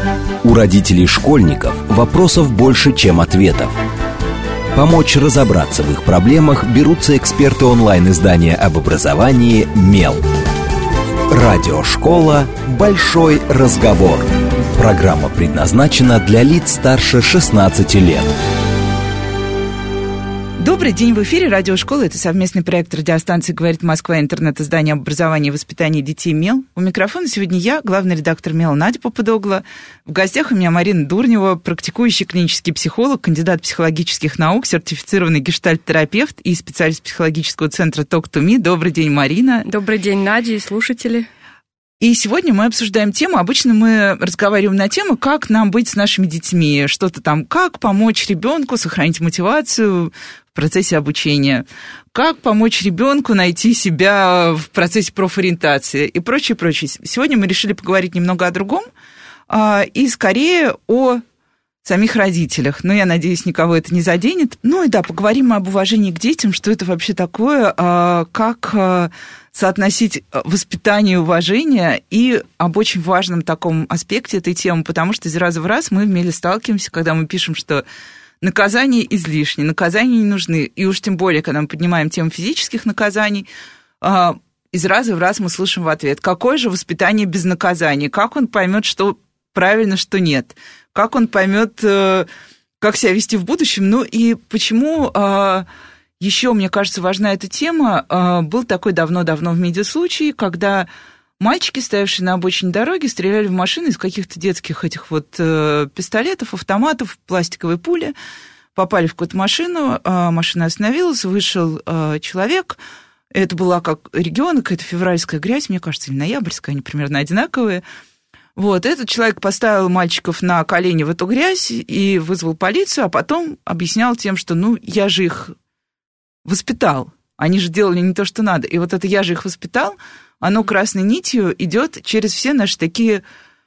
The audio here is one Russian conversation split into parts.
У родителей школьников вопросов больше, чем ответов. Помочь разобраться в их проблемах берутся эксперты онлайн-издания об образовании «Мел». Радиошкола «Большой разговор». Программа предназначена для лиц старше 16 лет. Добрый день, в эфире радиошкола. Это совместный проект радиостанции «Говорит Москва», интернет-издание об образовании и воспитании детей «Мел». У микрофона сегодня я, главный редактор «Мела» Надя Попудогла. В гостях у меня Марина Дурнева, практикующий клинический психолог, кандидат психологических наук, сертифицированный гештальт-терапевт и специалист психологического центра Talk to Me. Добрый день, Марина. Добрый день, Надя и слушатели. И сегодня мы обсуждаем тему, обычно мы разговариваем на тему, как нам быть с нашими детьми, что-то там, как помочь ребенку сохранить мотивацию в процессе обучения, как помочь ребенку найти себя в процессе профориентации и прочее, прочее. Сегодня мы решили поговорить немного о другом и скорее о самих родителях. Но я надеюсь, никого это не заденет. Ну и да, поговорим об уважении к детям, что это вообще такое, как соотносить воспитание и уважение, и об очень важном таком аспекте этой темы, потому что из раза в раз мы в Меле сталкиваемся, когда мы пишем, что наказания излишни, наказания не нужны, и уж тем более, когда мы поднимаем тему физических наказаний, из раза в раз мы слышим в ответ, какое же воспитание без наказаний, как он поймет, что правильно, что нет, как он поймет, как себя вести в будущем, ну и почему... Еще, мне кажется, важна эта тема. Был такой давно-давно в медиа случай, когда мальчики, стоявшие на обочине дороги, стреляли в машины из каких-то детских этих вот пистолетов, автоматов, пластиковой пули, попали в какую-то машину, машина остановилась, вышел человек. Это была как регион, какая-то февральская грязь, мне кажется, или ноябрьская, они примерно одинаковые. Вот, этот человек поставил мальчиков на колени в эту грязь и вызвал полицию, а потом объяснял тем, что, ну, я же их воспитал. Они же делали не то, что надо. И вот это «я же их воспитал», оно красной нитью идет через все наши такие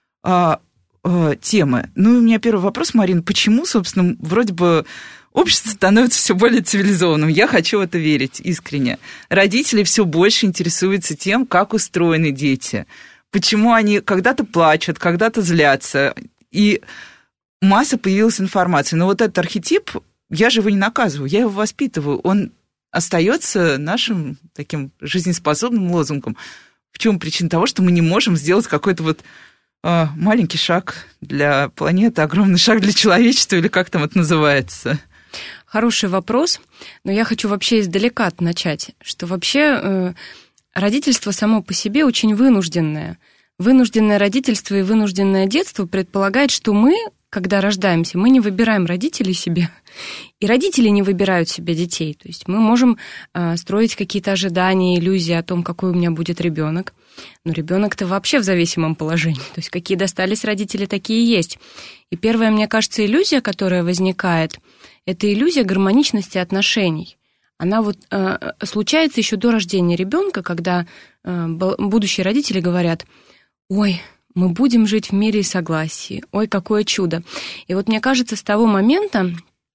темы. Ну, и у меня первый вопрос, Марин, почему, собственно, вроде бы общество становится все более цивилизованным? Я хочу в это верить искренне. Родители все больше интересуются тем, как устроены дети, почему они когда-то плачут, когда-то злятся, и масса появилась информации. Но вот этот архетип, я же его не наказываю, я его воспитываю, он остается нашим таким жизнеспособным лозунгом. В чем причина того, что мы не можем сделать какой-то вот маленький шаг для планеты, огромный шаг для человечества, или как там это называется? Хороший вопрос, но я хочу вообще издалека начать, что вообще родительство само по себе очень вынужденное. Вынужденное родительство и вынужденное детство предполагает, что мы, когда рождаемся, мы не выбираем родителей себе, и родители не выбирают себе детей. То есть мы можем строить какие-то ожидания, иллюзии о том, какой у меня будет ребенок. Но ребенок-то вообще в зависимом положении. То есть какие достались родители, такие и есть. И первая, мне кажется, иллюзия, которая возникает, это иллюзия гармоничности отношений. Она вот случается еще до рождения ребенка, когда будущие родители говорят: «Ой, мы будем жить в мире и согласии. Ой, какое чудо». И вот мне кажется, с того момента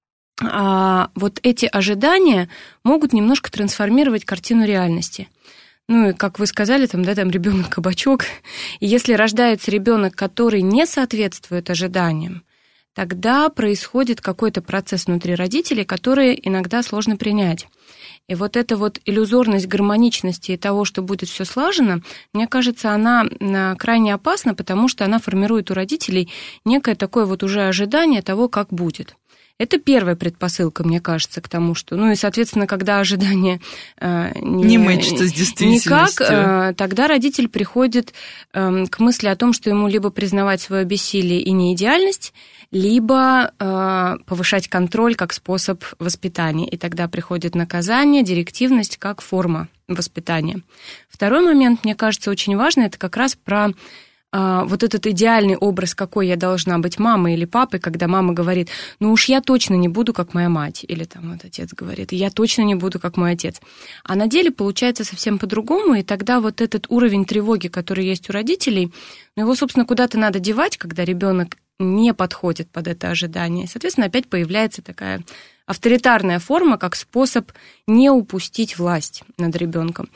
вот эти ожидания могут немножко трансформировать картину реальности. Ну и, как вы сказали, там ребенок-кабачок. И если рождается ребенок, который не соответствует ожиданиям, тогда происходит какой-то процесс внутри родителей, который иногда сложно принять. И вот эта вот иллюзорность гармоничности и того, что будет все слажено, мне кажется, она крайне опасна, потому что она формирует у родителей некое такое вот уже ожидание того, как будет. Это первая предпосылка, мне кажется, к тому, что... Ну и, соответственно, когда ожидание не мэчится с действительностью, никак, тогда родитель приходит к мысли о том, что ему либо признавать свое бессилие и неидеальность, либо повышать контроль как способ воспитания. И тогда приходит наказание, директивность как форма воспитания. Второй момент, мне кажется, очень важный, это как раз про вот этот идеальный образ, какой я должна быть мамой или папой, когда мама говорит: ну уж я точно не буду, как моя мать, или там вот отец говорит: я точно не буду, как мой отец. А на деле получается совсем по-другому, и тогда вот этот уровень тревоги, который есть у родителей, его, собственно, куда-то надо девать, когда ребенок не подходит под это ожидание. Соответственно, опять появляется такая авторитарная форма, как способ не упустить власть над ребенком.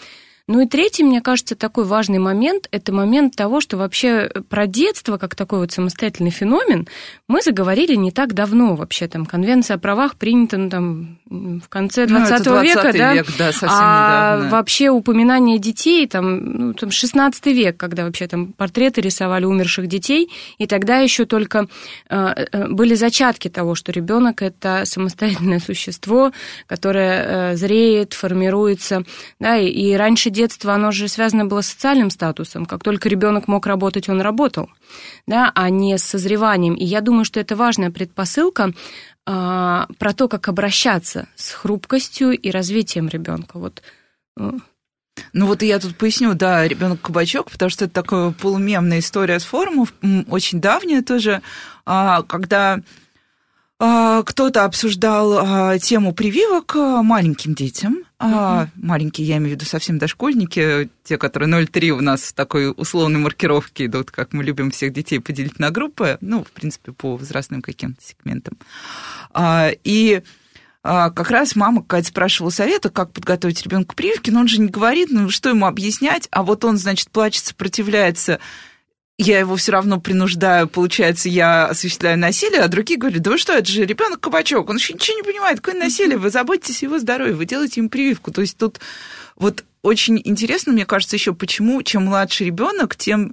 Ну и третий, мне кажется, такой важный момент, это момент того, что вообще про детство, как такой вот самостоятельный феномен, мы заговорили не так давно вообще. Там Конвенция о правах принята в конце 20 века, да? Век, да, совсем недавно. Вообще упоминание детей, там 16 век, когда вообще там портреты рисовали умерших детей, и тогда еще только были зачатки того, что ребенок это самостоятельное существо, которое зреет, формируется, да, и раньше детство, оно же связано было с социальным статусом. Как только ребенок мог работать, он работал, да, а не с созреванием. И я думаю, что это важная предпосылка про то, как обращаться с хрупкостью и развитием ребенка. Вот. Ну вот я тут поясню, да, ребенок-кабачок, потому что это такая полумемная история с форумом, очень давняя тоже, когда кто-то обсуждал тему прививок маленьким детям. Маленькие, я имею в виду совсем дошкольники, те, которые 0,3 у нас в такой условной маркировке идут, как мы любим всех детей поделить на группы, ну, в принципе, по возрастным каким-то сегментам. И как раз мама какая-то спрашивала совета, как подготовить ребенка к прививке, но он же не говорит, ну, что ему объяснять, а вот он, значит, плачет, сопротивляется, я его все равно принуждаю, получается, я осуществляю насилие, а другие говорят, да вы что, это же ребенок-кабачок, он еще ничего не понимает, какое насилие, вы заботитесь о его здоровье, вы делаете ему прививку. То есть тут вот очень интересно, мне кажется, еще почему, чем младше ребенок, тем,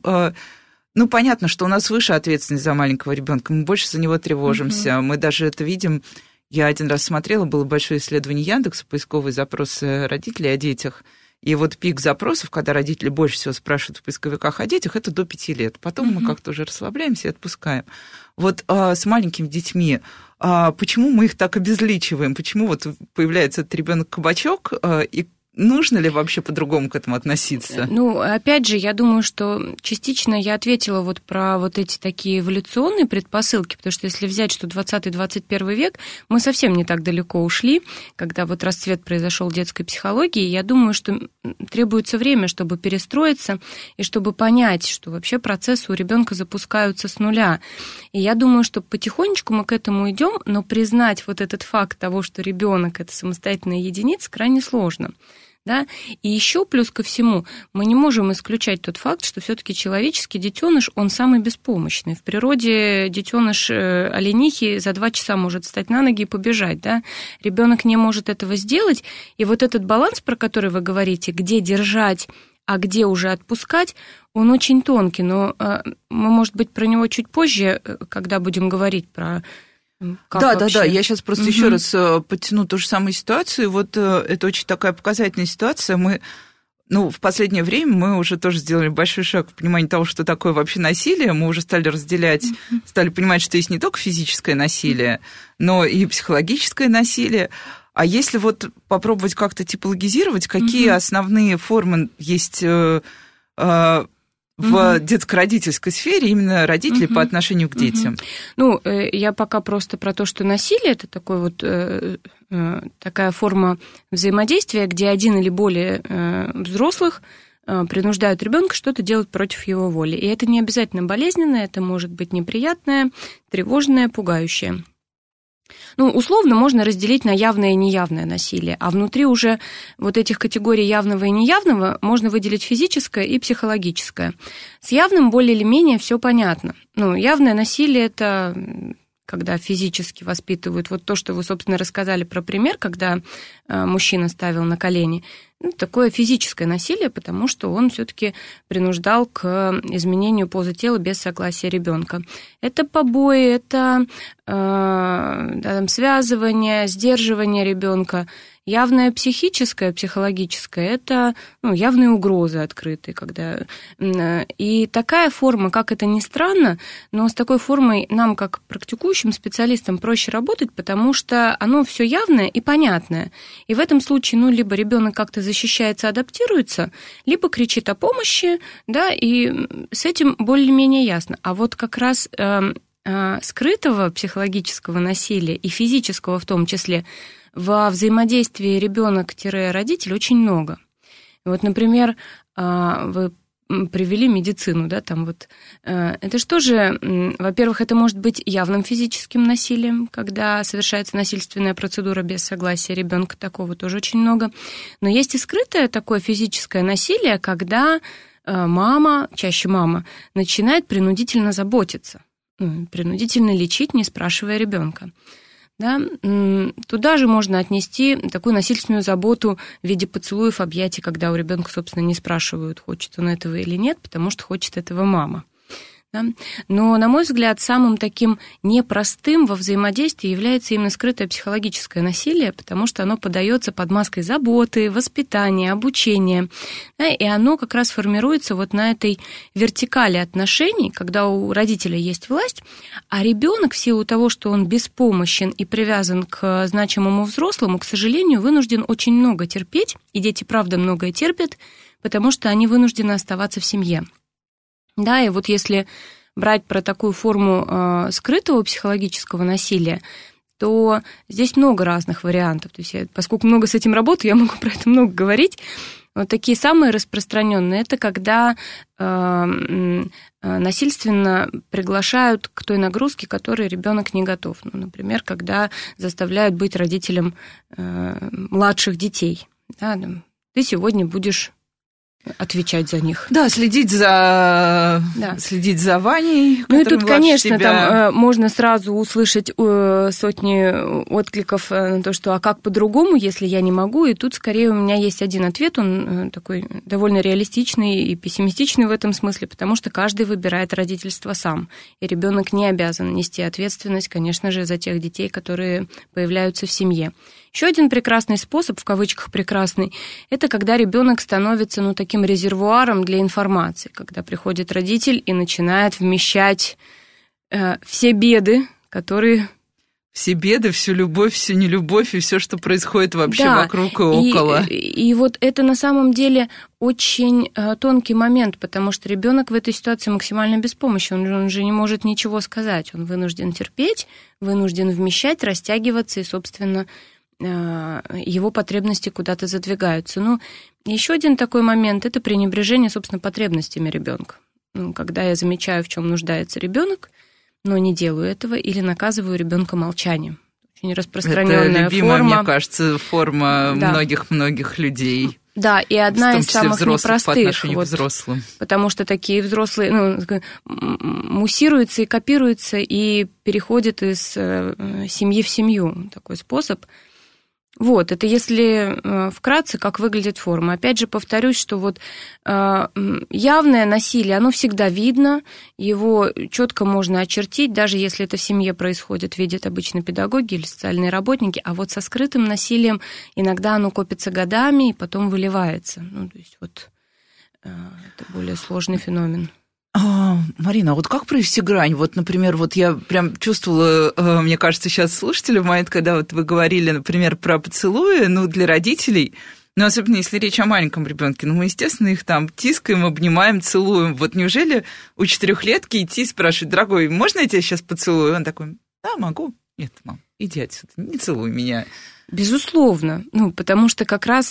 ну, понятно, что у нас выше ответственность за маленького ребенка, мы больше за него тревожимся, мы даже это видим. Я один раз смотрела, было большое исследование Яндекса, поисковые запросы родителей о детях. И вот пик запросов, когда родители больше всего спрашивают в поисковиках о детях, это до 5 лет. Потом мы как-то уже расслабляемся и отпускаем. Вот с маленькими детьми, почему мы их так обезличиваем? Почему вот появляется этот ребенок-кабачок, и нужно ли вообще по-другому к этому относиться? Ну, опять же, я думаю, что частично я ответила вот про вот эти такие эволюционные предпосылки, потому что если взять, что 20-21 век, мы совсем не так далеко ушли, когда вот расцвет произошел детской психологии, я думаю, что требуется время, чтобы перестроиться и чтобы понять, что вообще процессы у ребенка запускаются с нуля. И я думаю, что потихонечку мы к этому идем, но признать вот этот факт того, что ребенок это самостоятельная единица, крайне сложно. Да? И еще плюс ко всему, мы не можем исключать тот факт, что все-таки человеческий детеныш, он самый беспомощный. В природе детеныш оленихи за 2 часа может встать на ноги и побежать. Да? Ребенок не может этого сделать. И вот этот баланс, про который вы говорите, где держать, а где уже отпускать, он очень тонкий. Но мы, может быть, про него чуть позже, когда будем говорить про... Да. Я сейчас просто еще раз подтяну ту же самую ситуацию. Вот это очень такая показательная ситуация. Мы, в последнее время мы уже тоже сделали большой шаг в понимании того, что такое вообще насилие. Мы уже стали разделять, стали понимать, что есть не только физическое насилие, но и психологическое насилие. А если вот попробовать как-то типологизировать, какие основные формы есть в детско-родительской сфере именно родители по отношению к детям? Ну, я пока просто про то, что насилие – это такой вот, такая форма взаимодействия, где один или более взрослых принуждают ребенка что-то делать против его воли. И это не обязательно болезненное, это может быть неприятное, тревожное, пугающее. Ну, условно можно разделить на явное и неявное насилие, а внутри уже вот этих категорий явного и неявного можно выделить физическое и психологическое. С явным более или менее все понятно. Ну, явное насилие – это когда физически воспитывают. Вот то, что вы, собственно, рассказали про пример, когда мужчина ставил на колени. Такое физическое насилие, потому что он все-таки принуждал к изменению позы тела без согласия ребенка. Это побои, это связывание, сдерживание ребенка. Явное психическое, психологическое – это явные угрозы открытые. И такая форма, как это ни странно, но с такой формой нам, как практикующим специалистам, проще работать, потому что оно все явное и понятное. И в этом случае, либо ребенок как-то защищается, адаптируется, либо кричит о помощи, да, и с этим более-менее ясно. А вот как раз скрытого психологического насилия и физического в том числе во взаимодействии ребенок-родитель очень много. Вот, например, вы привели медицину, да, там вот. Это что же, во-первых, это может быть явным физическим насилием, когда совершается насильственная процедура без согласия ребенка, такого тоже очень много. Но есть и скрытое такое физическое насилие, когда мама, чаще мама, начинает принудительно заботиться, принудительно лечить, не спрашивая ребенка. Да? Туда же можно отнести такую насильственную заботу в виде поцелуев, объятий, когда у ребенка, собственно, не спрашивают, хочет он этого или нет, потому что хочет этого мама. Да? Но, на мой взгляд, самым таким непростым во взаимодействии является именно скрытое психологическое насилие, потому что оно подается под маской заботы, воспитания, обучения, да, и оно как раз формируется вот на этой вертикали отношений, когда у родителя есть власть, а ребенок в силу того, что он беспомощен и привязан к значимому взрослому, к сожалению, вынужден очень много терпеть, и дети, правда, многое терпят, потому что они вынуждены оставаться в семье. Да, и вот если брать про такую форму скрытого психологического насилия, то здесь много разных вариантов. То есть поскольку много с этим работаю, я могу про это много говорить. Вот такие самые распространенные – это когда насильственно приглашают к той нагрузке, к которой ребенок не готов. Ну, например, когда заставляют быть родителем младших детей. Да, ты сегодня будешь отвечать за них. Да, следить за Ваней. Ну и тут, конечно, там можно сразу услышать сотни откликов на то, что «а как по-другому, если я не могу?» И тут скорее у меня есть один ответ, он такой довольно реалистичный и пессимистичный в этом смысле, потому что каждый выбирает родительство сам, и ребенок не обязан нести ответственность, конечно же, за тех детей, которые появляются в семье. Еще один прекрасный способ, в кавычках прекрасный, это когда ребенок становится таким резервуаром для информации, когда приходит родитель и начинает вмещать все беды, которые... Все беды, всю любовь, всю нелюбовь и все, что происходит вообще вокруг и около. И вот это на самом деле очень тонкий момент, потому что ребенок в этой ситуации максимально беспомощен, он же не может ничего сказать, он вынужден терпеть, вынужден вмещать, растягиваться и, собственно, его потребности куда-то задвигаются. Ну, еще один такой момент – это пренебрежение, собственно, потребностями ребенка. Когда я замечаю, в чем нуждается ребенок, но не делаю этого, или наказываю ребенка молчанием. Очень распространенная форма. Это любимая, мне кажется, форма многих-многих людей. Да, и одна из самых непростых, по отношению к взрослым. Потому что такие взрослые муссируются и копируются, и переходят из семьи в семью. Такой способ. Вот, это если вкратце, как выглядит форма. Опять же, повторюсь, что вот явное насилие, оно всегда видно, его четко можно очертить, даже если это в семье происходит, видят обычно педагоги или социальные работники, а вот со скрытым насилием иногда оно копится годами и потом выливается. Ну, то есть вот это более сложный феномен. Марина, а вот как провести грань? Вот, например, вот я прям чувствовала, мне кажется, сейчас слушатели в момент, когда вот вы говорили, например, про поцелуи, для родителей, особенно если речь о маленьком ребенке, мы, естественно, их там тискаем, обнимаем, целуем. Вот неужели у 4-летки идти и спрашивать: дорогой, можно я тебя сейчас поцелую? Он такой: да, могу. Нет, мам, иди отсюда, не целуй меня. Безусловно, потому что как раз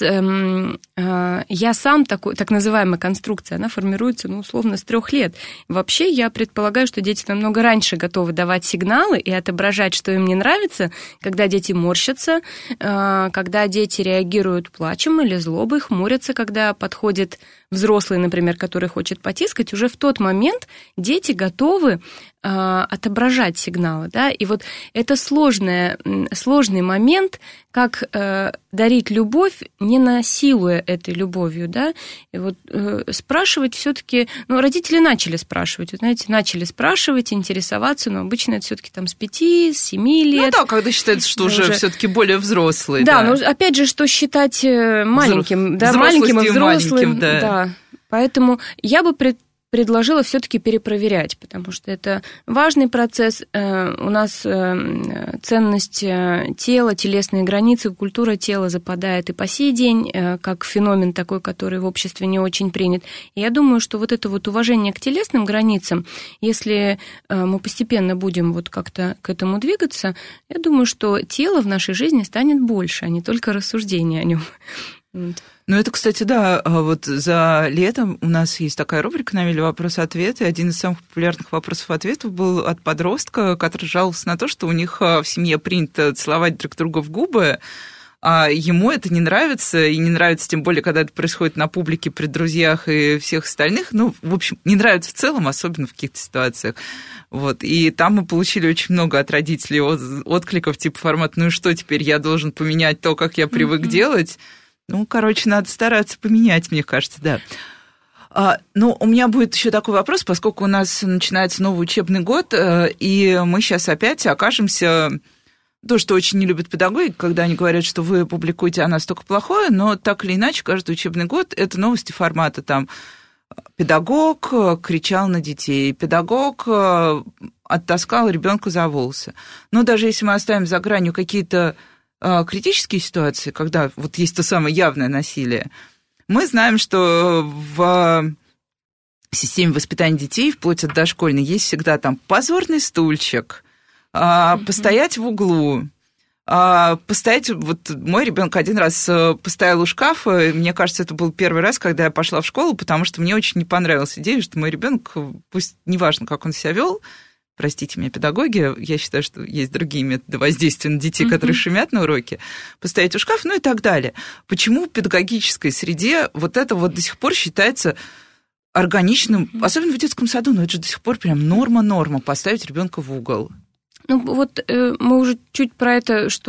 я сам так называемая конструкция, она формируется, условно, с 3 лет. Вообще, я предполагаю, что дети намного раньше готовы давать сигналы и отображать, что им не нравится, когда дети морщатся, когда дети реагируют плачем или злобой, хмурятся, когда подходит взрослый, например, который хочет потискать, уже в тот момент дети готовы отображать сигналы, да, и вот это сложный момент, как дарить любовь, не насилуя этой любовью, да, и вот спрашивать все-таки, родители начали спрашивать, вы знаете, интересоваться, но обычно это все-таки там с 5-7 лет. Когда считается, что уже все-таки более взрослый. Да, но опять же, что считать маленьким, да, маленьким и взрослым, да. Поэтому я бы предложила все-таки перепроверять, потому что это важный процесс. У нас ценность тела, телесные границы, культура тела западает и по сей день, как феномен такой, который в обществе не очень принят. И я думаю, что вот это вот уважение к телесным границам, если мы постепенно будем вот как-то к этому двигаться, я думаю, что тело в нашей жизни станет больше, а не только рассуждение о нем. Ну, это, кстати, да, вот за летом у нас есть такая рубрика «На милю вопрос-ответ», и один из самых популярных вопросов-ответов был от подростка, который жаловался на то, что у них в семье принято целовать друг друга в губы, а ему это не нравится, и не нравится тем более, когда это происходит на публике, при друзьях и всех остальных. Ну, в общем, не нравится в целом, особенно в каких-то ситуациях. Вот. И там мы получили очень много от родителей откликов, типа формат, ну и что теперь, я должен поменять то, как я привык делать? Ну, короче, надо стараться поменять, мне кажется, да. Ну, у меня будет еще такой вопрос, поскольку у нас начинается новый учебный год, и мы сейчас опять окажемся... То, что очень не любят педагоги, когда они говорят, что вы публикуете о нас только плохое, но так или иначе, каждый учебный год это новости формата там педагог кричал на детей, педагог оттаскал ребенка за волосы. Но даже если мы оставим за гранью какие-то критические ситуации, когда вот есть то самое явное насилие, мы знаем, что в системе воспитания детей, вплоть от дошкольной, есть всегда там позорный стульчик, постоять в углу, постоять... Вот мой ребенок один раз постоял у шкафа, и мне кажется, это был первый раз, когда я пошла в школу, потому что мне очень не понравилась идея, что мой ребенок, пусть неважно, как он себя вел, простите меня, педагоги, я считаю, что есть другие методы воздействия на детей, которые шумят на уроке, постоять у шкафа, ну и так далее. Почему в педагогической среде вот это вот до сих пор считается органичным, особенно в детском саду, но это же до сих пор прям норма поставить ребенка в угол? Ну, вот мы уже чуть про это, что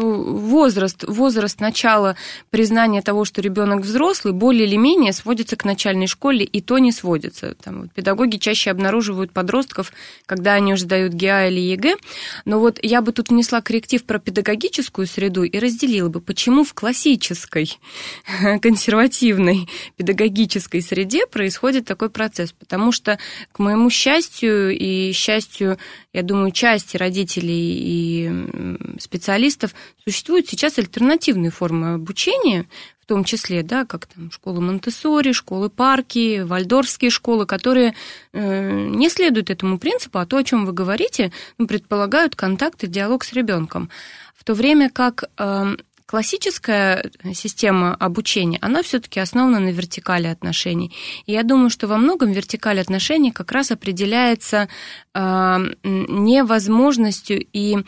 возраст начала признания того, что ребенок взрослый, более или менее сводится к начальной школе, и то не сводится. Там, вот, педагоги чаще обнаруживают подростков, когда они уже сдают ГИА или ЕГЭ. Но вот я бы тут внесла корректив про педагогическую среду и разделила бы, почему в классической, консервативной педагогической среде происходит такой процесс. Потому что, к моему счастью и счастью, я думаю, части родителей и специалистов, существуют сейчас альтернативные формы обучения, в том числе, да, как там школы Монтессори, школы-парки, вальдорфские школы, которые не следуют этому принципу, а то, о чем вы говорите, предполагают контакт и диалог с ребенком. В то время как классическая система обучения, она все-таки основана на вертикали отношений. И я думаю, что во многом вертикаль отношений как раз определяется невозможностью и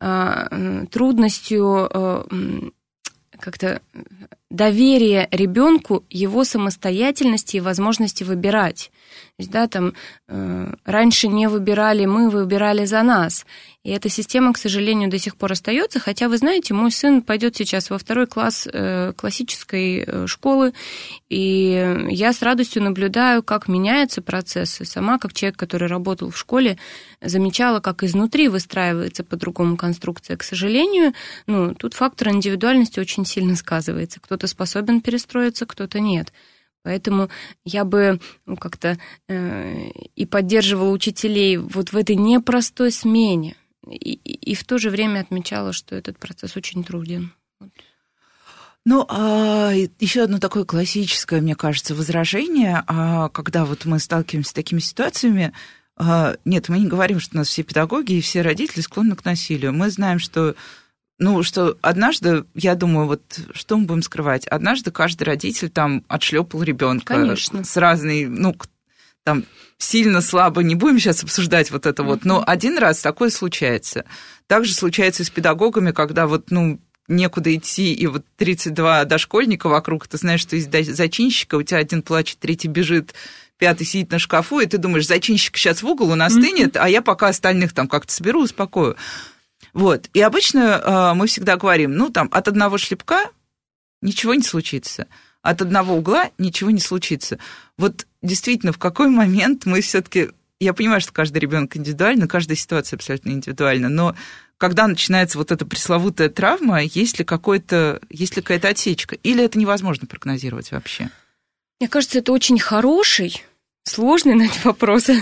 трудностью как-то доверия ребенку, его самостоятельности и возможности выбирать. То есть, да, там раньше не выбирали мы, выбирали за нас. И эта система, к сожалению, до сих пор остается. Хотя, вы знаете, мой сын пойдет сейчас во 2 класс классической школы, и я с радостью наблюдаю, как меняются процессы. Сама, как человек, который работал в школе, замечала, как изнутри выстраивается по-другому конструкция. К сожалению, тут фактор индивидуальности очень сильно сказывается. Кто-то способен перестроиться, кто-то нет. Поэтому я бы как-то и поддерживала учителей вот в этой непростой смене. И в то же время отмечала, что этот процесс очень труден. Ну, еще одно такое классическое, мне кажется, возражение, когда вот мы сталкиваемся с такими ситуациями. Нет, мы не говорим, что у нас все педагоги и все родители склонны к насилию. Мы знаем, что однажды, я думаю, вот что мы будем скрывать, однажды каждый родитель там отшлепал ребенка. Конечно. С разной, там сильно, слабо, не будем сейчас обсуждать вот это вот, но один раз такое случается. Также случается и с педагогами, когда некуда идти, и вот 32 дошкольника вокруг, ты знаешь, что есть зачинщика, у тебя один плачет, третий бежит, 5-й сидит на шкафу, и ты думаешь, зачинщик сейчас в угол, он остынет, а я пока остальных там как-то соберу, успокою. Вот, и обычно мы всегда говорим, от одного шлепка ничего не случится, от одного угла ничего не случится. Вот действительно, в какой момент мы все-таки, я понимаю, что каждый ребенок индивидуально, каждая ситуация абсолютно индивидуальна, но когда начинается вот эта пресловутая травма, есть ли какая-то отсечка, или это невозможно прогнозировать вообще? Мне кажется, это очень хороший, сложный на эти вопросы.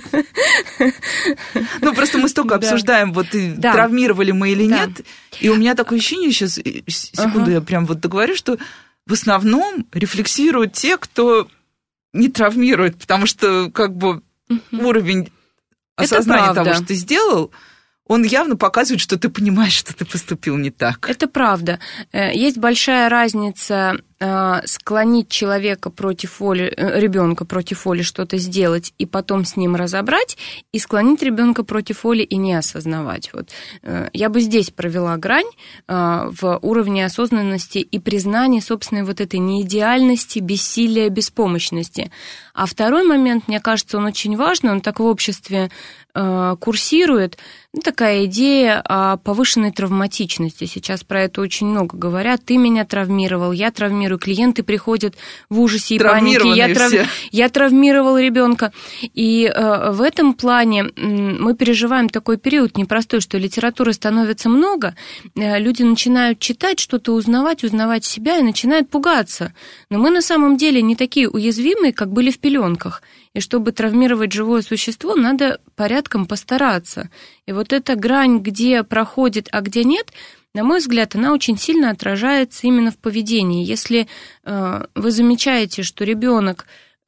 Просто мы столько обсуждаем, травмировали мы или нет, и у меня такое ощущение, сейчас, секунду, я прям договорю, что в основном рефлексируют те, кто не травмирует, потому что уровень осознания того, что ты сделал, он явно показывает, что ты понимаешь, что ты поступил не так. Это правда. Есть большая разница склонить человека против воли, ребенка против воли что-то сделать и потом с ним разобрать, и склонить ребенка против воли и не осознавать. Вот. Я бы здесь провела грань в уровне осознанности и признания собственной вот этой неидеальности, бессилия, беспомощности. А второй момент, мне кажется, он очень важный, он так в обществе курсирует, такая идея о повышенной травматичности. Сейчас про это очень много говорят. Ты меня травмировал, я травмирую. Клиенты приходят в ужасе и панике. Я травмировал ребенка. И в этом плане мы переживаем такой период непростой, что литературы становится много, люди начинают читать, что-то узнавать себя и начинают пугаться. Но мы на самом деле не такие уязвимые, как были в пеленках. И чтобы травмировать живое существо, надо порядком постараться. И вот эта грань, где проходит, а где нет, на мой взгляд, она очень сильно отражается именно в поведении. Если вы замечаете, что ребенок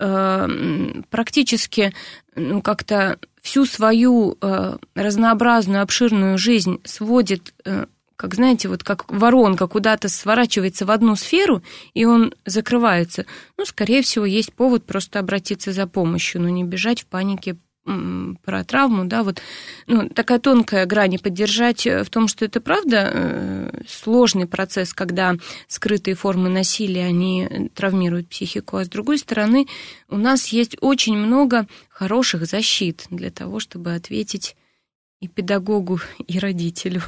практически как-то всю свою разнообразную, обширную жизнь сводит, как, знаете, вот как воронка куда-то сворачивается в одну сферу, и он закрывается, скорее всего, есть повод просто обратиться за помощью, но не бежать в панике про травму, да, вот, такая тонкая грань, поддержать в том, что это правда сложный процесс, когда скрытые формы насилия, они травмируют психику, а с другой стороны, у нас есть очень много хороших защит для того, чтобы ответить и педагогу, и родителю.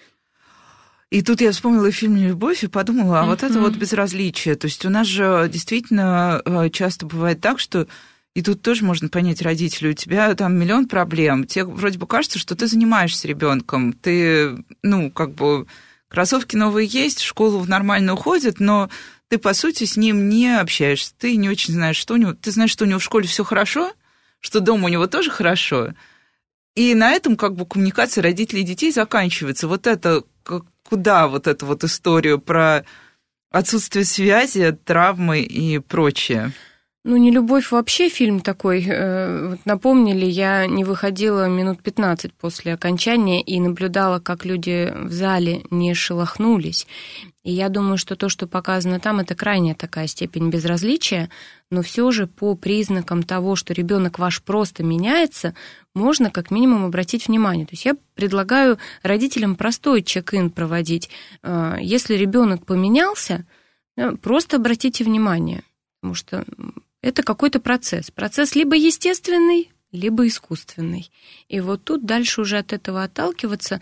И тут я вспомнила фильм «Любовь» и подумала, вот это вот безразличие. То есть у нас же действительно часто бывает так, что и тут тоже можно понять родителей, у тебя там миллион проблем, тебе вроде бы кажется, что ты занимаешься ребенком, ты, кроссовки новые есть, в школу нормально уходит, но ты, по сути, с ним не общаешься, ты не очень знаешь, что у него, ты знаешь, что у него в школе все хорошо, что дома у него тоже хорошо, и на этом коммуникация родителей и детей заканчивается. Вот это, куда вот эту вот историю про отсутствие связи, травмы и прочее? «Не любовь» вообще фильм такой. Напомнили, я не выходила минут 15 после окончания и наблюдала, как люди в зале не шелохнулись. И я думаю, что то, что показано там, это крайняя такая степень безразличия, но все же по признакам того, что ребенок ваш просто меняется, можно как минимум обратить внимание. То есть я предлагаю родителям простой чек-ин проводить. Если ребенок поменялся, просто обратите внимание, потому что это какой-то процесс. Процесс либо естественный, либо искусственный. И вот тут дальше уже от этого отталкиваться.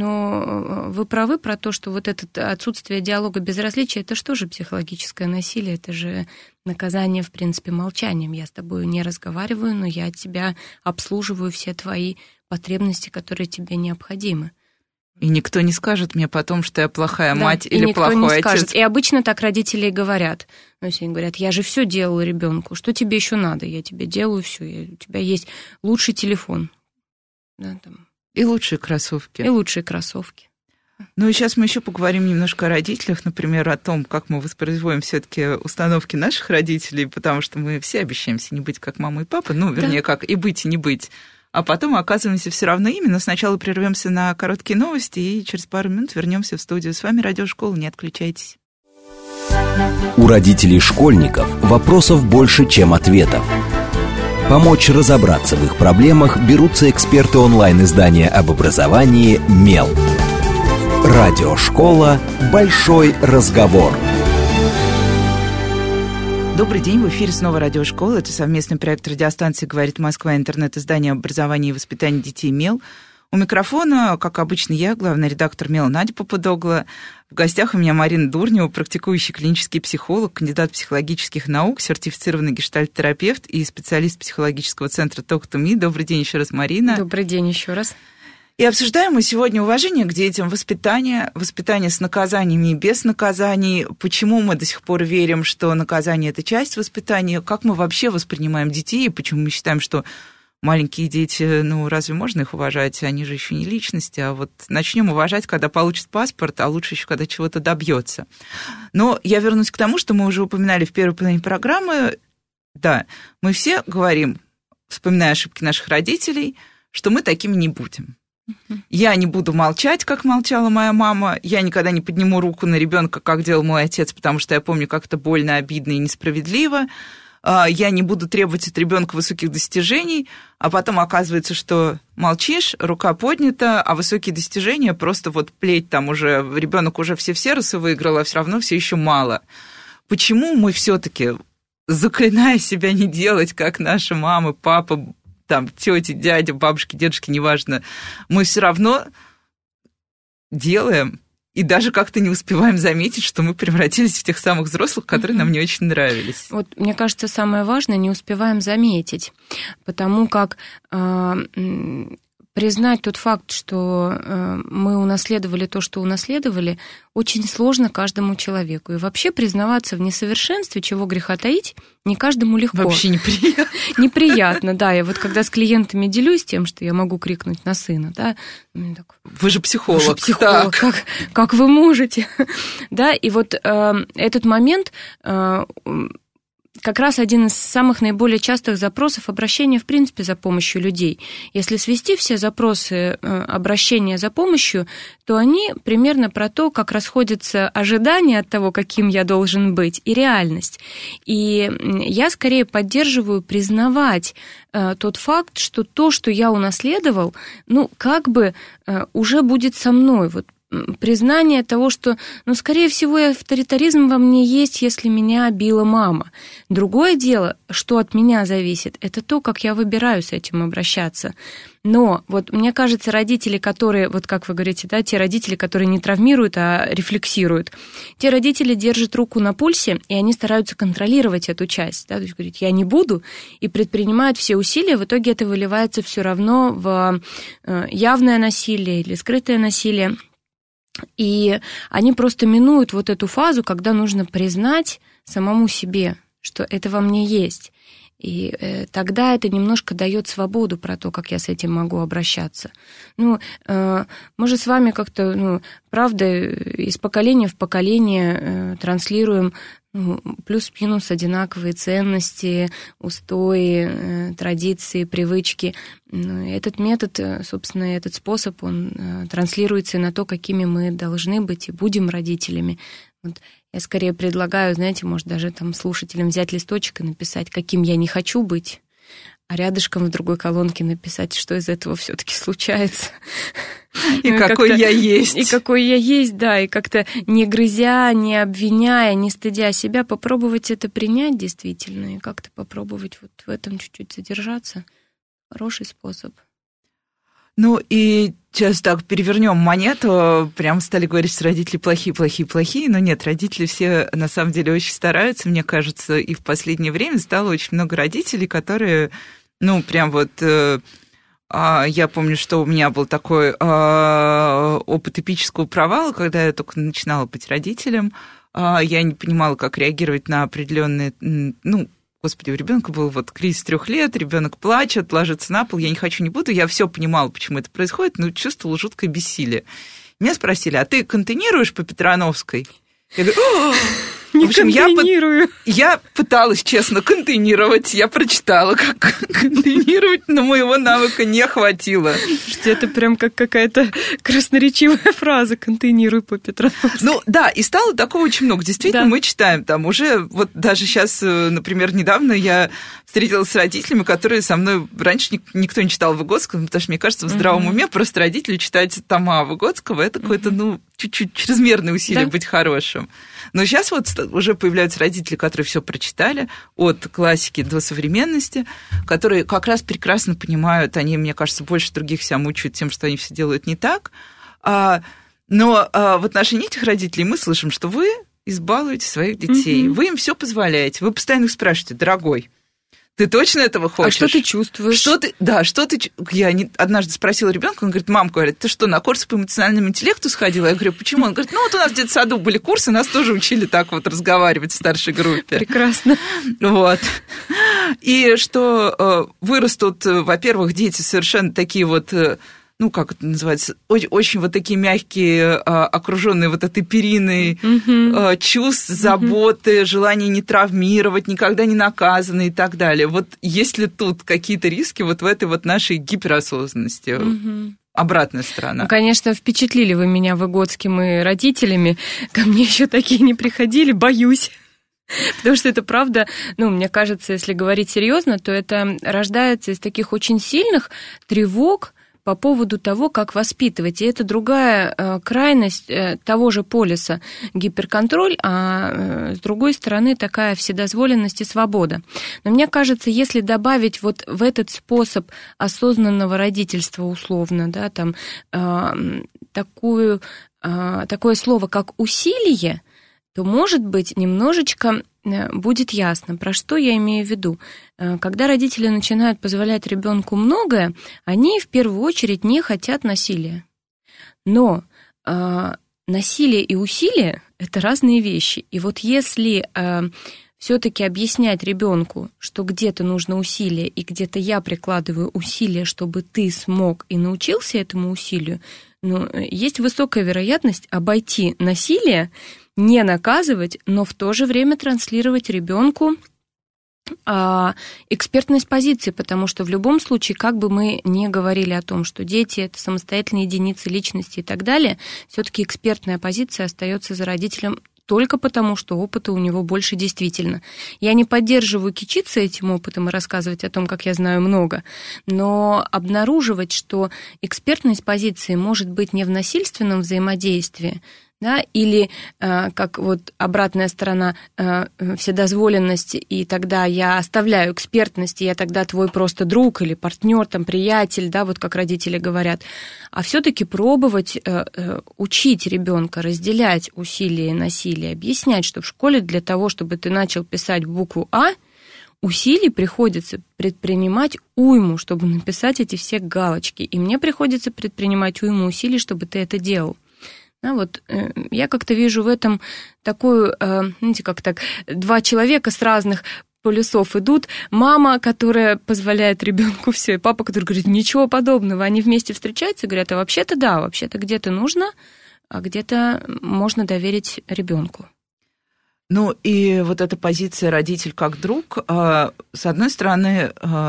Но вы правы про то, что вот это отсутствие диалога, безразличия, это что же психологическое насилие? Это же наказание, в принципе, молчанием. Я с тобой не разговариваю, но я тебя обслуживаю все твои потребности, которые тебе необходимы. И никто не скажет мне потом, что я плохая мать или плохой отец. Скажет. И обычно так родители и говорят. Если они говорят, я же все делала ребенку, что тебе еще надо? Я тебе делаю все. У тебя есть лучший телефон. Да, там. И лучшие кроссовки. И лучшие кроссовки. И сейчас мы еще поговорим немножко о родителях, например, о том, как мы воспроизводим все-таки установки наших родителей, потому что мы все обещаемся не быть как мама и папа, вернее, как и быть, и не быть. А потом оказываемся все равно ими, но сначала прервемся на короткие новости и через пару минут вернемся в студию. С вами Радиошкола, не отключайтесь. У родителей школьников вопросов больше, чем ответов. Помочь разобраться в их проблемах берутся эксперты онлайн-издания об образовании «Мел». Радиошкола «Большой разговор». Добрый день, в эфире снова Радиошкола. Это совместный проект радиостанции «Говорит Москва», интернет-издание об образовании и воспитании детей «Мел». У микрофона, как обычно, я, главный редактор «Мел» Надя Попудогла. В гостях у меня Марина Дурнева, практикующий клинический психолог, кандидат психологических наук, сертифицированный гештальт-терапевт и специалист психологического центра «Talk to Me». Добрый день еще раз, Марина. Добрый день еще раз. И обсуждаем мы сегодня уважение к детям, воспитание с наказаниями и без наказаний, почему мы до сих пор верим, что наказание – это часть воспитания, как мы вообще воспринимаем детей, почему мы считаем, что маленькие дети, разве можно их уважать, они же еще не личности, а вот начнем уважать, когда получит паспорт, а лучше еще, когда чего-то добьется. Но я вернусь к тому, что мы уже упоминали в первой половине программы. Да, мы все говорим, вспоминая ошибки наших родителей, что мы такими не будем. Я не буду молчать, как молчала моя мама. Я никогда не подниму руку на ребенка, как делал мой отец, потому что я помню, как это больно, обидно и несправедливо. Я не буду требовать от ребенка высоких достижений, а потом оказывается, что молчишь, рука поднята, а высокие достижения просто вот плеть там уже, ребенок уже все сервисы выиграл, а все равно все еще мало. Почему мы все-таки, заклиная себя не делать, как наши мамы, папа, там, тети, дядя, бабушки, дедушки, неважно, мы все равно делаем и даже как-то не успеваем заметить, что мы превратились в тех самых взрослых, которые нам не очень нравились. Вот, мне кажется, самое важное, не успеваем заметить, потому как признать тот факт, что мы унаследовали то, что унаследовали, очень сложно каждому человеку. И вообще признаваться в несовершенстве, чего греха таить, не каждому легко. Вообще неприятно. Неприятно, да. Я вот когда с клиентами делюсь тем, что я могу крикнуть на сына, да, так, вы же психолог. Вы же психолог, как вы можете? Да, и вот этот момент... как раз один из самых наиболее частых запросов обращения, в принципе, за помощью людей. Если свести все запросы обращения за помощью, то они примерно про то, как расходятся ожидания от того, каким я должен быть, и реальность. И я скорее поддерживаю признавать тот факт, что то, что я унаследовал, ну, как бы уже будет со мной. Вот признание того, что, ну, скорее всего, и авторитаризм во мне есть, если меня била мама. Другое дело, что от меня зависит, это то, как я выбираю с этим обращаться. Но вот мне кажется, родители, которые, вот как вы говорите, да, те родители, которые не травмируют, а рефлексируют, те родители держат руку на пульсе, и они стараются контролировать эту часть, да, то есть говорить, я не буду, и предпринимают все усилия, в итоге это выливается все равно в явное насилие или скрытое насилие. И они просто минуют вот эту фазу, когда нужно признать самому себе, что это во мне есть. И тогда это немножко дает свободу про то, как я с этим могу обращаться. Ну, мы же с вами как-то, ну, правда, из поколения в поколение транслируем плюс-минус одинаковые ценности, устои, традиции, привычки. Этот метод, собственно, этот способ, он транслируется на то, какими мы должны быть и будем родителями. Вот я скорее предлагаю, знаете, может, даже там слушателям взять листочек и написать, каким я не хочу быть, а рядышком в другой колонке написать, что из этого все-таки случается. И какой я есть. И какой я есть, да, и как-то не грызя, не обвиняя, не стыдя себя, попробовать это принять действительно, и как-то попробовать вот в этом чуть-чуть задержаться. Хороший способ. Ну и сейчас так перевернем монету, прям стали говорить, что родители плохие, но нет, родители все на самом деле очень стараются, мне кажется, и в последнее время стало очень много родителей, которые, ну, прям вот... Я помню, что у меня был такой опыт эпического провала, когда я только начинала быть родителем. Я не понимала, как реагировать на определенные... Ну, господи, у ребенка был вот кризис 3 лет, ребенок плачет, ложится на пол, я не хочу, не буду. Я все понимала, почему это происходит, но чувствовала жуткое бессилие. Меня спросили, а ты контейнируешь по Петрановской? Я говорю... Не контейнирую. Я пыталась, честно, контейнировать. Я прочитала, как контейнировать, но моего навыка не хватило. Что это прям как какая-то красноречивая фраза «контейнируй по Петрановской». Ну да, и стало такого очень много. Действительно, да. Мы читаем там уже, вот даже сейчас, например, недавно я встретилась с родителями, которые со мной раньше никто не читал Выгодского, потому что, мне кажется, в здравом уме просто родители читать тома Выгодского, это какое-то, ну, чуть-чуть чрезмерное усилие быть хорошим. Но сейчас вот уже появляются родители, которые все прочитали, от классики до современности, которые как раз прекрасно понимают, они, мне кажется, больше других себя мучают тем, что они все делают не так. Но в отношении этих родителей мы слышим, что вы избалуете своих детей, вы им все позволяете, вы постоянно их спрашиваете, дорогой, ты точно этого хочешь? А что ты чувствуешь? Я однажды спросила ребенка, он говорит, мам, говорит, ты что, на курсы по эмоциональному интеллекту сходила? Я говорю, почему? Он говорит, ну вот у нас в детсаду были курсы, нас тоже учили так вот разговаривать в старшей группе. Прекрасно. Вот. И что вырастут, во-первых, дети совершенно такие вот... ну, как это называется, очень вот такие мягкие, окруженные вот этой периной чувств, заботы, желание не травмировать, никогда не наказаны и так далее. Вот есть ли тут какие-то риски вот в этой вот нашей гиперосознанности? обратная сторона. Ну, конечно, впечатлили вы меня выгодским и родителями. Ко мне еще такие не приходили, боюсь. Потому что это правда, мне кажется, если говорить серьезно, то это рождается из таких очень сильных тревог по поводу того, как воспитывать. И это другая крайность того же полюса гиперконтроль, а с другой стороны такая вседозволенность и свобода. Но мне кажется, если добавить вот в этот способ осознанного родительства условно, да, там, такое слово, как усилие, то, может быть, немножечко будет ясно, про что я имею в виду. Когда родители начинают позволять ребенку многое, они в первую очередь не хотят насилия. Но насилие и усилие – это разные вещи. И вот если все-таки объяснять ребенку, что где-то нужно усилие, и где-то я прикладываю усилия, чтобы ты смог и научился этому усилию, есть высокая вероятность обойти насилие, не наказывать, но в то же время транслировать ребенку экспертность позиции, потому что в любом случае, как бы мы ни говорили о том, что дети – это самостоятельные единицы личности и так далее, все-таки экспертная позиция остается за родителем только потому, что опыта у него больше действительно. Я не поддерживаю кичиться этим опытом и рассказывать о том, как я знаю много, но обнаруживать, что экспертность позиции может быть не в насильственном взаимодействии, да, или как вот обратная сторона вседозволенности, и тогда я оставляю экспертность, и я тогда твой просто друг или партнер, там, приятель, да, вот как родители говорят, а все-таки пробовать учить ребенка разделять усилия и насилие, объяснять, что в школе для того, чтобы ты начал писать букву А, усилий приходится предпринимать уйму, чтобы написать эти все галочки, и мне приходится предпринимать уйму усилий, чтобы ты это делал. Вот я как-то вижу в этом такую, знаете, как так, два человека с разных полюсов идут. Мама, которая позволяет ребенку все, и папа, который говорит, ничего подобного. Они вместе встречаются и говорят, а вообще-то да, вообще-то где-то нужно, а где-то можно доверить ребенку. И вот эта позиция родитель как друг, с одной стороны,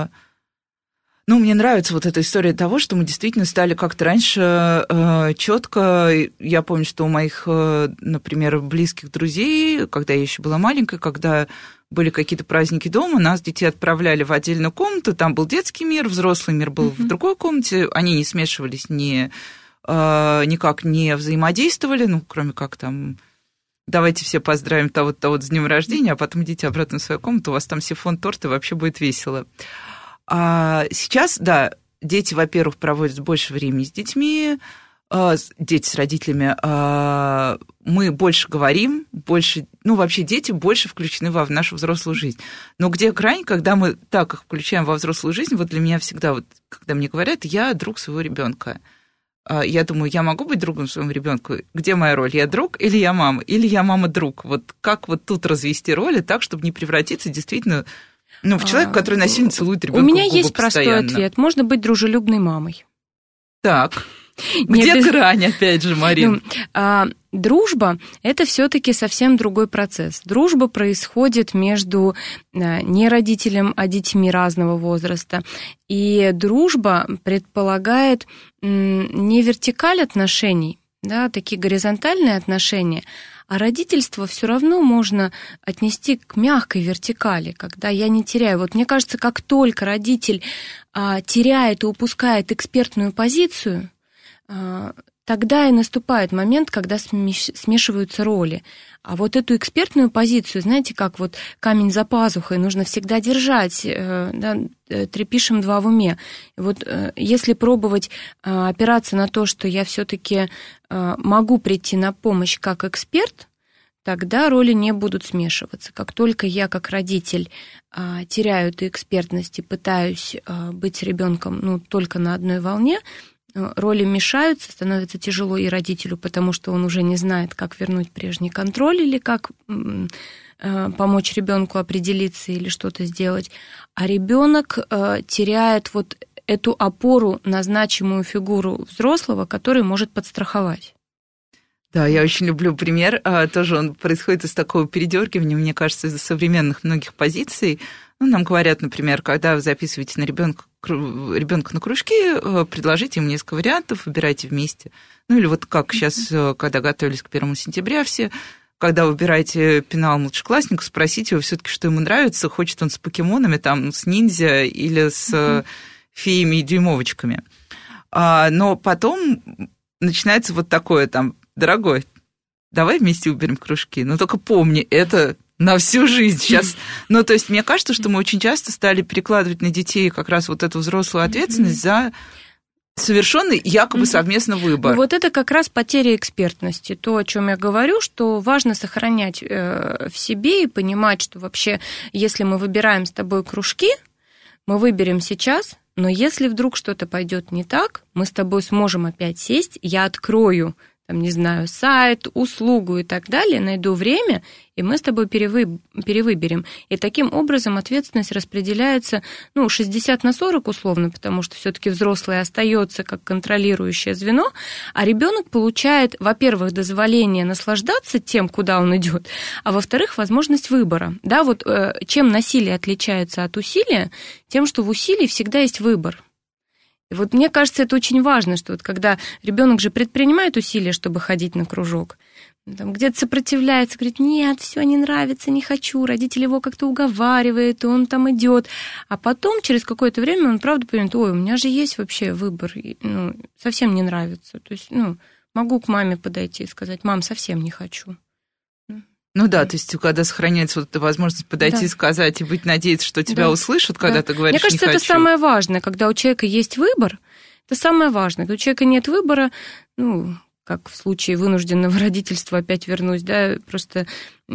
мне нравится вот эта история того, что мы действительно стали как-то раньше четко. Я помню, что у моих, например, близких друзей, когда я еще была маленькая, когда были какие-то праздники дома, нас детей отправляли в отдельную комнату, там был детский мир, взрослый мир был в другой комнате, они не смешивались, никак не взаимодействовали, кроме как там... Давайте все поздравим того-то с днем рождения, а потом идите обратно в свою комнату, у вас там сифон, торт, и вообще будет весело. А сейчас, да, дети, во-первых, проводят больше времени с детьми, дети с родителями, мы больше говорим, больше, вообще дети больше включены в нашу взрослую жизнь. Но где грань, когда мы так их включаем во взрослую жизнь, вот для меня всегда, когда мне говорят, я друг своего ребенка. Я думаю, я могу быть другом своему ребенку? Где моя роль? Я друг или я мама? Или я мама-друг? Вот как вот тут развести роли так, чтобы не превратиться действительно... в человека, который насильно целует ребенка в губы постоянно. У меня есть простой ответ. Можно быть дружелюбной мамой. Так. Где грань, опять же, Марин? Дружба – это все-таки совсем другой процесс. Дружба происходит между не родителем, а детьми разного возраста. И дружба предполагает не вертикаль отношений, да, такие горизонтальные отношения, а родительство все равно можно отнести к мягкой вертикали, когда я не теряю. Вот мне кажется, как только родитель теряет и упускает экспертную позицию, тогда и наступает момент, когда смешиваются роли. А вот эту экспертную позицию, знаете, как вот камень за пазухой, нужно всегда держать, да, три пишем, два в уме. И вот если пробовать опираться на то, что я все-таки могу прийти на помощь как эксперт, тогда роли не будут смешиваться. Как только я, как родитель, теряю эту экспертность и пытаюсь быть с ребенком только на одной волне, роли мешаются, становится тяжело и родителю, потому что он уже не знает, как вернуть прежний контроль или как помочь ребенку определиться или что-то сделать. А ребенок теряет вот эту опору на значимую фигуру взрослого, который может подстраховать. Да, я очень люблю пример. Тоже он происходит из такого передергивания, мне кажется, из-за современных многих позиций. Нам говорят, например, когда вы записываете на ребенка ребенка на кружки, предложите ему несколько вариантов, выбирайте вместе. Ну или вот как сейчас, когда готовились к 1 сентября все, когда выбираете пенал младшеклассника, спросите его все-таки, что ему нравится, хочет он с покемонами, там, с ниндзя или с феями и дюймовочками. Но потом начинается вот такое там: дорогой, давай вместе выберем кружки, но только помни, это на всю жизнь сейчас. Ну, то есть мне кажется, что мы очень часто стали перекладывать на детей как раз вот эту взрослую ответственность за совершенный якобы совместный выбор. Ну, вот это как раз потеря экспертности. То, о чем я говорю, что важно сохранять в себе и понимать, что вообще, если мы выбираем с тобой кружки, мы выберем сейчас, но если вдруг что-то пойдет не так, мы с тобой сможем опять сесть, я открою, там, не знаю, сайт, услугу и так далее, найду время, и мы с тобой перевыберем. И таким образом ответственность распределяется, 60/40 условно, потому что все-таки взрослый остается как контролирующее звено, а ребенок получает, во-первых, дозволение наслаждаться тем, куда он идет, а во-вторых, возможность выбора. Да, вот чем насилие отличается от усилия? Тем, что в усилии всегда есть выбор. И вот мне кажется, это очень важно, что вот когда ребенок же предпринимает усилия, чтобы ходить на кружок, там где-то сопротивляется, говорит: нет, все не нравится, не хочу, родитель его как-то уговаривает, и он там идет. А потом, через какое-то время, он правда понимает: ой, у меня же есть вообще выбор, совсем не нравится. То есть, могу к маме подойти и сказать: мам, совсем не хочу. Ну да, то есть когда сохраняется вот эта возможность подойти и сказать, и надеяться, что тебя услышат, когда ты говоришь: мне кажется, не хочу. Это самое важное, когда у человека есть выбор, это самое важное. Когда у человека нет выбора, как в случае вынужденного родительства, опять вернусь, да, просто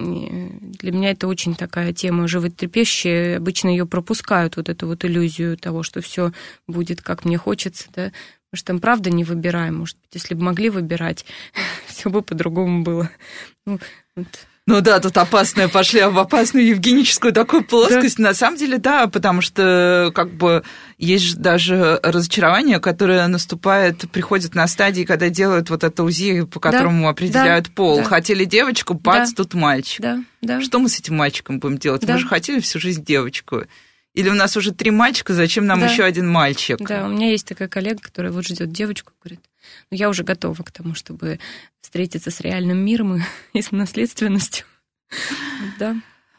для меня это очень такая тема животрепещущая, обычно ее пропускают, вот эту вот иллюзию того, что все будет, как мне хочется, да, потому что там правда не выбираем, может быть, если бы могли выбирать, все бы по-другому было. Ну да, тут пошли в опасную евгеническую такую плоскость. Да. На самом деле, да, потому что как бы есть же даже разочарование, которое приходит на стадии, когда делают вот это УЗИ, по которому определяют пол. Да. Хотели девочку, бац, тут мальчик. Да. Что мы с этим мальчиком будем делать? Мы же хотели всю жизнь девочку. Или у нас уже 3 мальчика, зачем нам еще один мальчик? Да, у меня есть такая коллега, которая вот ждет девочку, говорит: я уже готова к тому, чтобы встретиться с реальным миром и с наследственностью. Да.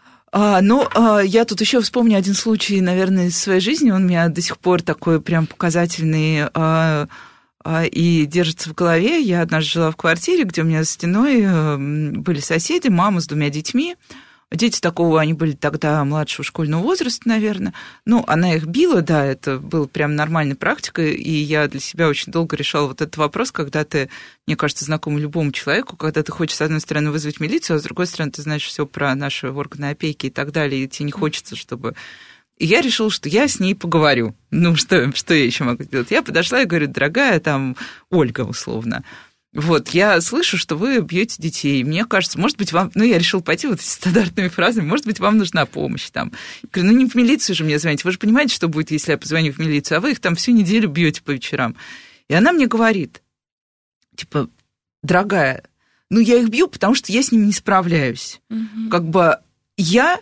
Я тут еще вспомню один случай, наверное, из своей жизни. Он у меня до сих пор такой прям показательный и держится в голове. Я однажды жила в квартире, где у меня за стеной были соседи, мама с 2 детьми. Дети такого, они были тогда младшего школьного возраста, наверное. Она их била, да, это было прям нормальной практикой, и я для себя очень долго решала вот этот вопрос, когда ты, мне кажется, знакомый любому человеку, когда ты хочешь, с одной стороны, вызвать милицию, а с другой стороны, ты знаешь все про наши органы опеки и так далее, и тебе не хочется, чтобы... И я решила, что я с ней поговорю. Что я еще могу сделать? Я подошла и говорю: дорогая, там, Ольга, условно, вот, я слышу, что вы бьете детей. Мне кажется, может быть, вам... я решила пойти вот стандартными фразами. Может быть, вам нужна помощь там. Я говорю: не в милицию же мне звонить. Вы же понимаете, что будет, если я позвоню в милицию, а вы их там всю неделю бьете по вечерам. И она мне говорит, типа: дорогая, я их бью, потому что я с ними не справляюсь. Угу. Как бы я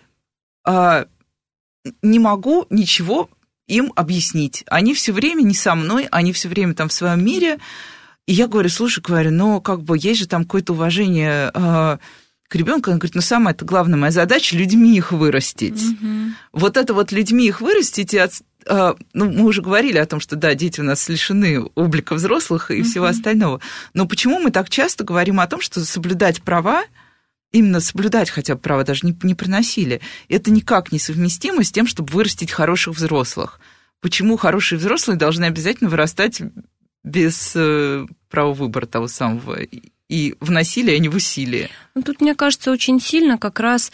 не могу ничего им объяснить. Они все время не со мной, они все время там в своем мире. И я говорю: слушай, как бы есть же там какое-то уважение к ребенку. Она говорит: самая-то главная моя задача — людьми их вырастить. Mm-hmm. Вот это вот людьми их вырастить, мы уже говорили о том, что да, дети у нас лишены облика взрослых и всего остального. Но почему мы так часто говорим о том, что соблюдать права, именно соблюдать хотя бы права, даже не про насилие, это никак не совместимо с тем, чтобы вырастить хороших взрослых? Почему хорошие взрослые должны обязательно вырастать без права выбора того самого, и в насилии, а не в усилии? Тут, мне кажется, очень сильно как раз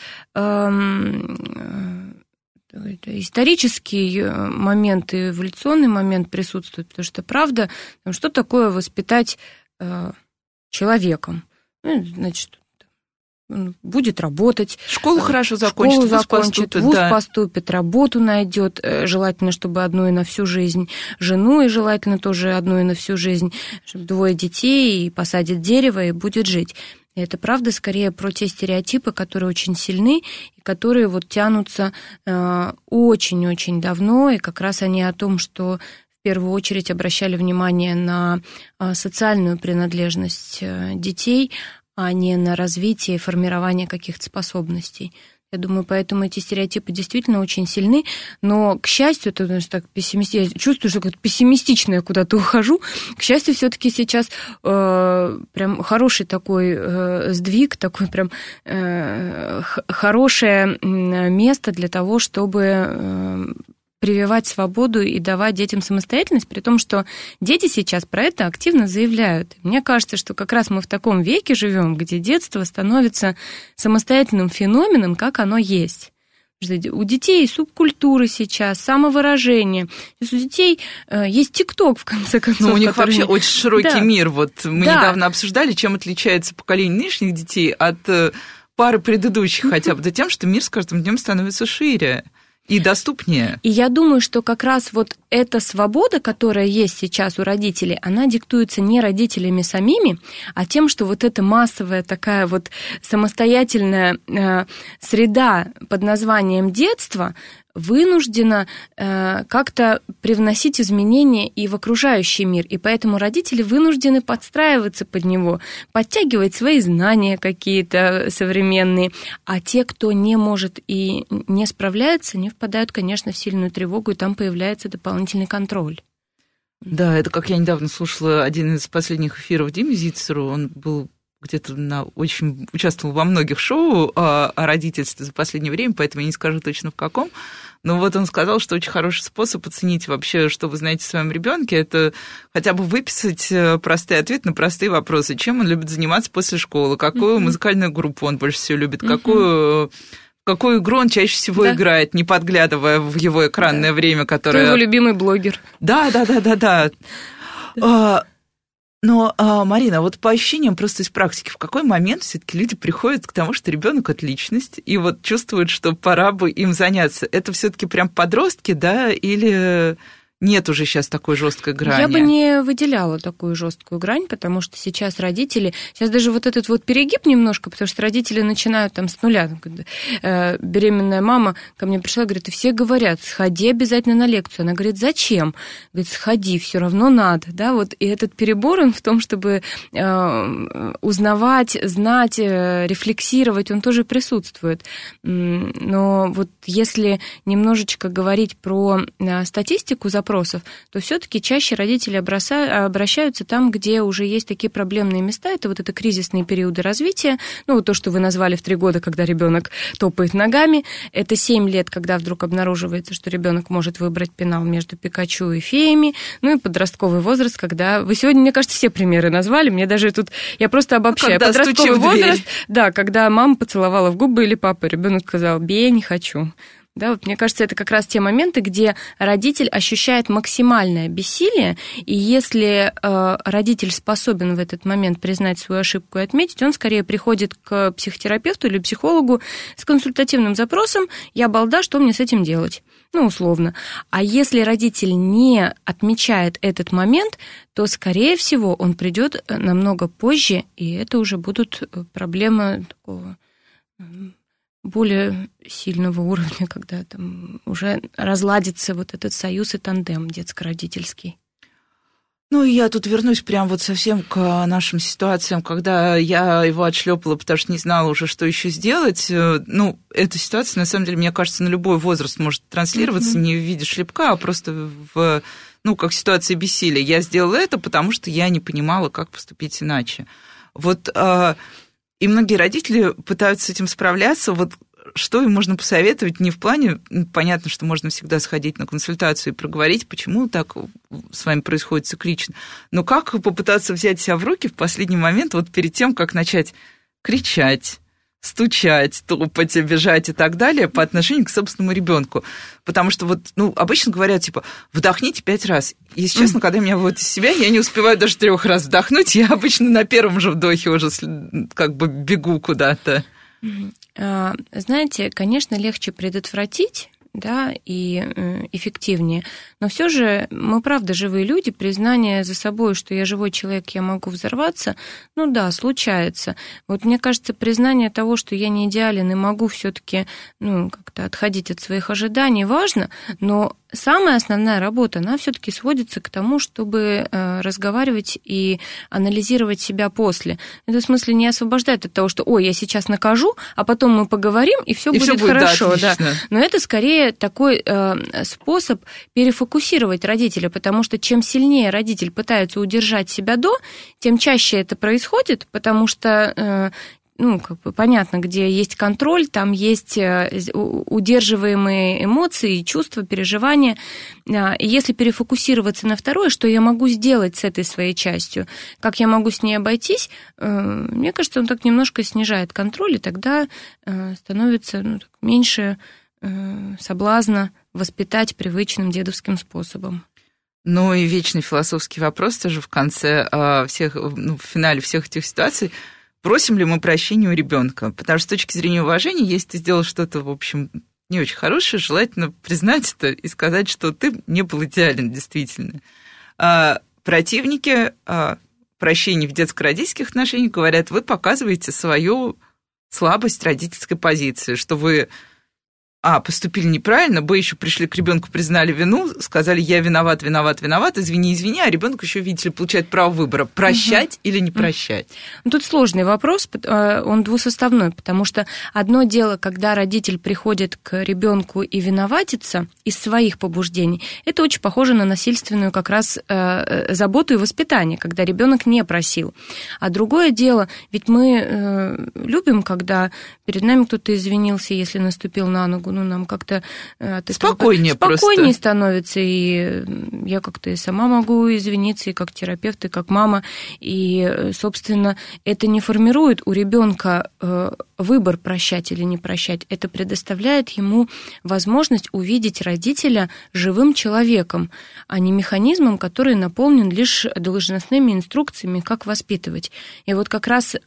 исторический момент и эволюционный момент присутствует, потому что, правда, что такое воспитать человеком? Значит, он будет работать. Школу хорошо закончит, вуз поступит, работу найдет, желательно, чтобы одну и на всю жизнь, жену, и желательно тоже одну и на всю жизнь, чтобы 2 детей, и посадит дерево, и будет жить. И это правда скорее про те стереотипы, которые очень сильны и которые вот тянутся очень-очень давно, и как раз они о том, что в первую очередь обращали внимание на социальную принадлежность детей, а не на развитие и формирование каких-то способностей. Я думаю, поэтому эти стереотипы действительно очень сильны, но, к счастью, это, значит, так я чувствую, что как-то пессимистично я куда-то ухожу. К счастью, все-таки сейчас прям хороший такой сдвиг, такой прям хорошее место для того, чтобы прививать свободу и давать детям самостоятельность, при том, что дети сейчас про это активно заявляют. Мне кажется, что как раз мы в таком веке живем, где детство становится самостоятельным феноменом, как оно есть. У детей субкультуры сейчас, самовыражение. У детей есть ТикТок, в конце концов. У них вообще очень широкий мир. Вот мы недавно обсуждали, чем отличается поколение нынешних детей от пары предыдущих хотя бы. Да тем, что мир с каждым днем становится шире и доступнее. И я думаю, что как раз вот эта свобода, которая есть сейчас у родителей, она диктуется не родителями самими, а тем, что вот эта массовая такая вот самостоятельная среда под названием детство вынуждена как-то привносить изменения и в окружающий мир. И поэтому родители вынуждены подстраиваться под него, подтягивать свои знания какие-то современные. А те, кто не может и не справляется, они впадают, конечно, в сильную тревогу, и там появляется дополнительный контроль. Да, это как я недавно слушала один из последних эфиров Димы Зицеру, он был где-то очень участвовал во многих шоу о родительстве за последнее время, поэтому я не скажу точно в каком. Но вот он сказал, что очень хороший способ оценить вообще, что вы знаете о своем ребенке, это хотя бы выписать простые ответы на простые вопросы. Чем он любит заниматься после школы, какую музыкальную группу он больше всего любит, какую игру он чаще всего играет, не подглядывая в его экранное время, которое... Кто его любимый блогер. Да. Но, Марина, вот по ощущениям просто из практики, в какой момент все-таки люди приходят к тому, что ребенок это личность, и вот чувствуют, что пора бы им заняться? Это все-таки прям подростки, да, или нет уже сейчас такой жесткой грани? Я бы не выделяла такую жесткую грань, потому что сейчас родители... Сейчас даже вот этот вот перегиб немножко, потому что родители начинают там с нуля. Беременная мама ко мне пришла и говорит, и все говорят, сходи обязательно на лекцию. Она говорит, зачем? Говорит, сходи, все равно надо. Да, вот. И этот перебор, он в том, чтобы узнавать, знать, рефлексировать, он тоже присутствует. Но вот если немножечко говорить про статистику запросов, то все-таки чаще родители обращаются там, где уже есть такие проблемные места. Это вот это кризисные периоды развития. Ну, вот то, что вы назвали в 3 года, когда ребенок топает ногами. Это 7 лет, когда вдруг обнаруживается, что ребенок может выбрать пенал между Пикачу и феями. Ну, и подростковый возраст, когда... Вы сегодня, мне кажется, все примеры назвали. Мне даже тут... Я просто обобщаю. Когда подростковый возраст, да, когда мама поцеловала в губы или папа, ребенок сказал, бей, не хочу. Да, вот мне кажется, это как раз те моменты, где родитель ощущает максимальное бессилие, и если родитель способен в этот момент признать свою ошибку и отметить, он скорее приходит к психотерапевту или психологу с консультативным запросом «я балда, что мне с этим делать?» Ну, условно. А если родитель не отмечает этот момент, то, скорее всего, он придет намного позже, и это уже будут проблемы такого... более сильного уровня, когда там уже разладится вот этот союз и тандем детско-родительский. Ну, и я тут вернусь прям вот совсем к нашим ситуациям, когда я его отшлепала, потому что не знала уже, что еще сделать. Ну, эта ситуация, на самом деле, мне кажется, на любой возраст может транслироваться не в виде шлепка, а просто в, ну, как ситуация бессилия. Я сделала это, потому что я не понимала, как поступить иначе. Вот... И многие родители пытаются с этим справляться. Вот что им можно посоветовать не в плане... Понятно, что можно всегда сходить на консультацию и проговорить, почему так с вами происходит циклично. Но как попытаться взять себя в руки в последний момент, вот перед тем, как начать кричать, стучать, топать, бежать и так далее по отношению к собственному ребенку. Потому что вот, ну, обычно говорят, типа, вдохните 5 раз. Если честно, когда меня выводят из себя, я не успеваю даже 3 раз вдохнуть. Я обычно на первом же вдохе уже как бы бегу куда-то. Знаете, конечно, легче предотвратить, да, и эффективнее. Но все же мы, правда, живые люди, признание за собой, что я живой человек, я могу взорваться, ну да, случается. Вот мне кажется, признание того, что я не идеален и могу все-таки, ну, как-то отходить от своих ожиданий, важно, но самая основная работа, она все-таки сводится к тому, чтобы разговаривать и анализировать себя после. Это в смысле не освобождает от того, что, ой, я сейчас накажу, а потом мы поговорим, и все будет хорошо. Да. Но это скорее такой способ перефокусировать родителя, потому что чем сильнее родитель пытается удержать себя до, тем чаще это происходит, потому что ну, как бы понятно, где есть контроль, там есть удерживаемые эмоции, чувства, переживания. И если перефокусироваться на второе, что я могу сделать с этой своей частью, как я могу с ней обойтись, мне кажется, он так немножко снижает контроль, и тогда становится меньше соблазна воспитать привычным дедовским способом. Ну и вечный философский вопрос тоже в конце всех, в финале всех этих ситуаций. Просим ли мы прощения у ребенка? Потому что с точки зрения уважения, если ты сделал что-то, в общем, не очень хорошее, желательно признать это и сказать, что ты не был идеален, действительно. Противники прощения в детско-родительских отношениях говорят, вы показываете свою слабость родительской позиции, что вы поступили неправильно, еще пришли к ребенку, признали вину, сказали, я виноват, извини, а ребенок еще, видите ли, получает право выбора, прощать или не прощать. Тут сложный вопрос, он двусоставной, потому что одно дело, когда родитель приходит к ребенку и виноватится из своих побуждений, это очень похоже на насильственную как раз заботу и воспитание, когда ребенок не просил. А другое дело, ведь мы любим, когда перед нами кто-то извинился, если наступил на ногу, нам как-то спокойнее становится, и я как-то и сама могу извиниться, и как терапевт, и как мама, и, собственно, это не формирует у ребенка выбор прощать или не прощать, это предоставляет ему возможность увидеть родителя живым человеком, а не механизмом, который наполнен лишь должностными инструкциями, как воспитывать. И вот как раз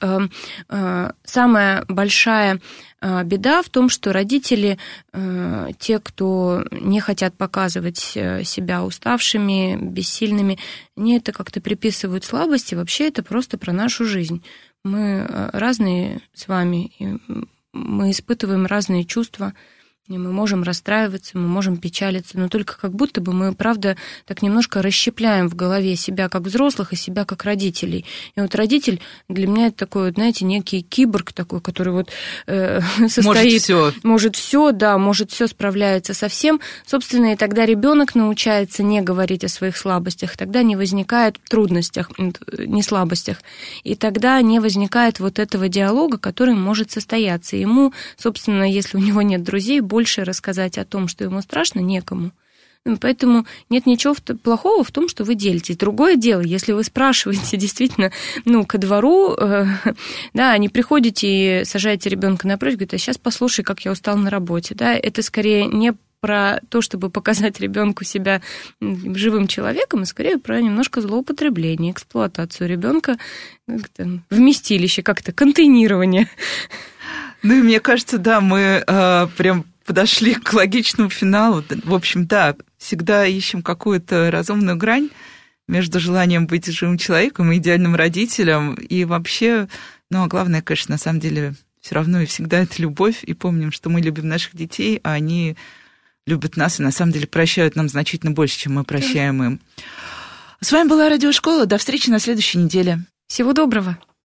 самая большая беда в том, что родители, те, кто не хотят показывать себя уставшими, бессильными, они это как-то приписывают слабости, вообще это просто про нашу жизнь. Мы разные с вами, и мы испытываем разные чувства, и мы можем расстраиваться, мы можем печалиться, но только как будто бы мы, правда, так немножко расщепляем в голове себя как взрослых и себя как родителей. И вот родитель для меня это такой, вот, знаете, некий киборг такой, который вот состоит... Может все, справляется со всем. Собственно, и тогда ребенок научается не говорить о своих слабостях, тогда не возникает трудностях, не слабостях, и тогда не возникает вот этого диалога, который может состояться. Ему, собственно, если у него нет друзей, больше рассказать о том, что ему страшно, некому. Поэтому нет ничего плохого в том, что вы делитесь. Другое дело, если вы спрашиваете действительно, ко двору, да, не приходите и сажаете ребенка напротив, говорите, а сейчас послушай, как я устал на работе. Да, это скорее не про то, чтобы показать ребенку себя живым человеком, а скорее про немножко злоупотребление, эксплуатацию ребенка, вместилище, как-то контейнирование. Ну и мне кажется, да, мы прям подошли к логичному финалу. В общем, да, всегда ищем какую-то разумную грань между желанием быть живым человеком и идеальным родителем. И вообще, а главное, конечно, на самом деле, все равно и всегда это любовь. И помним, что мы любим наших детей, а они любят нас и на самом деле прощают нам значительно больше, чем мы прощаем им. С вами была Радиошкола. До встречи на следующей неделе. Всего доброго.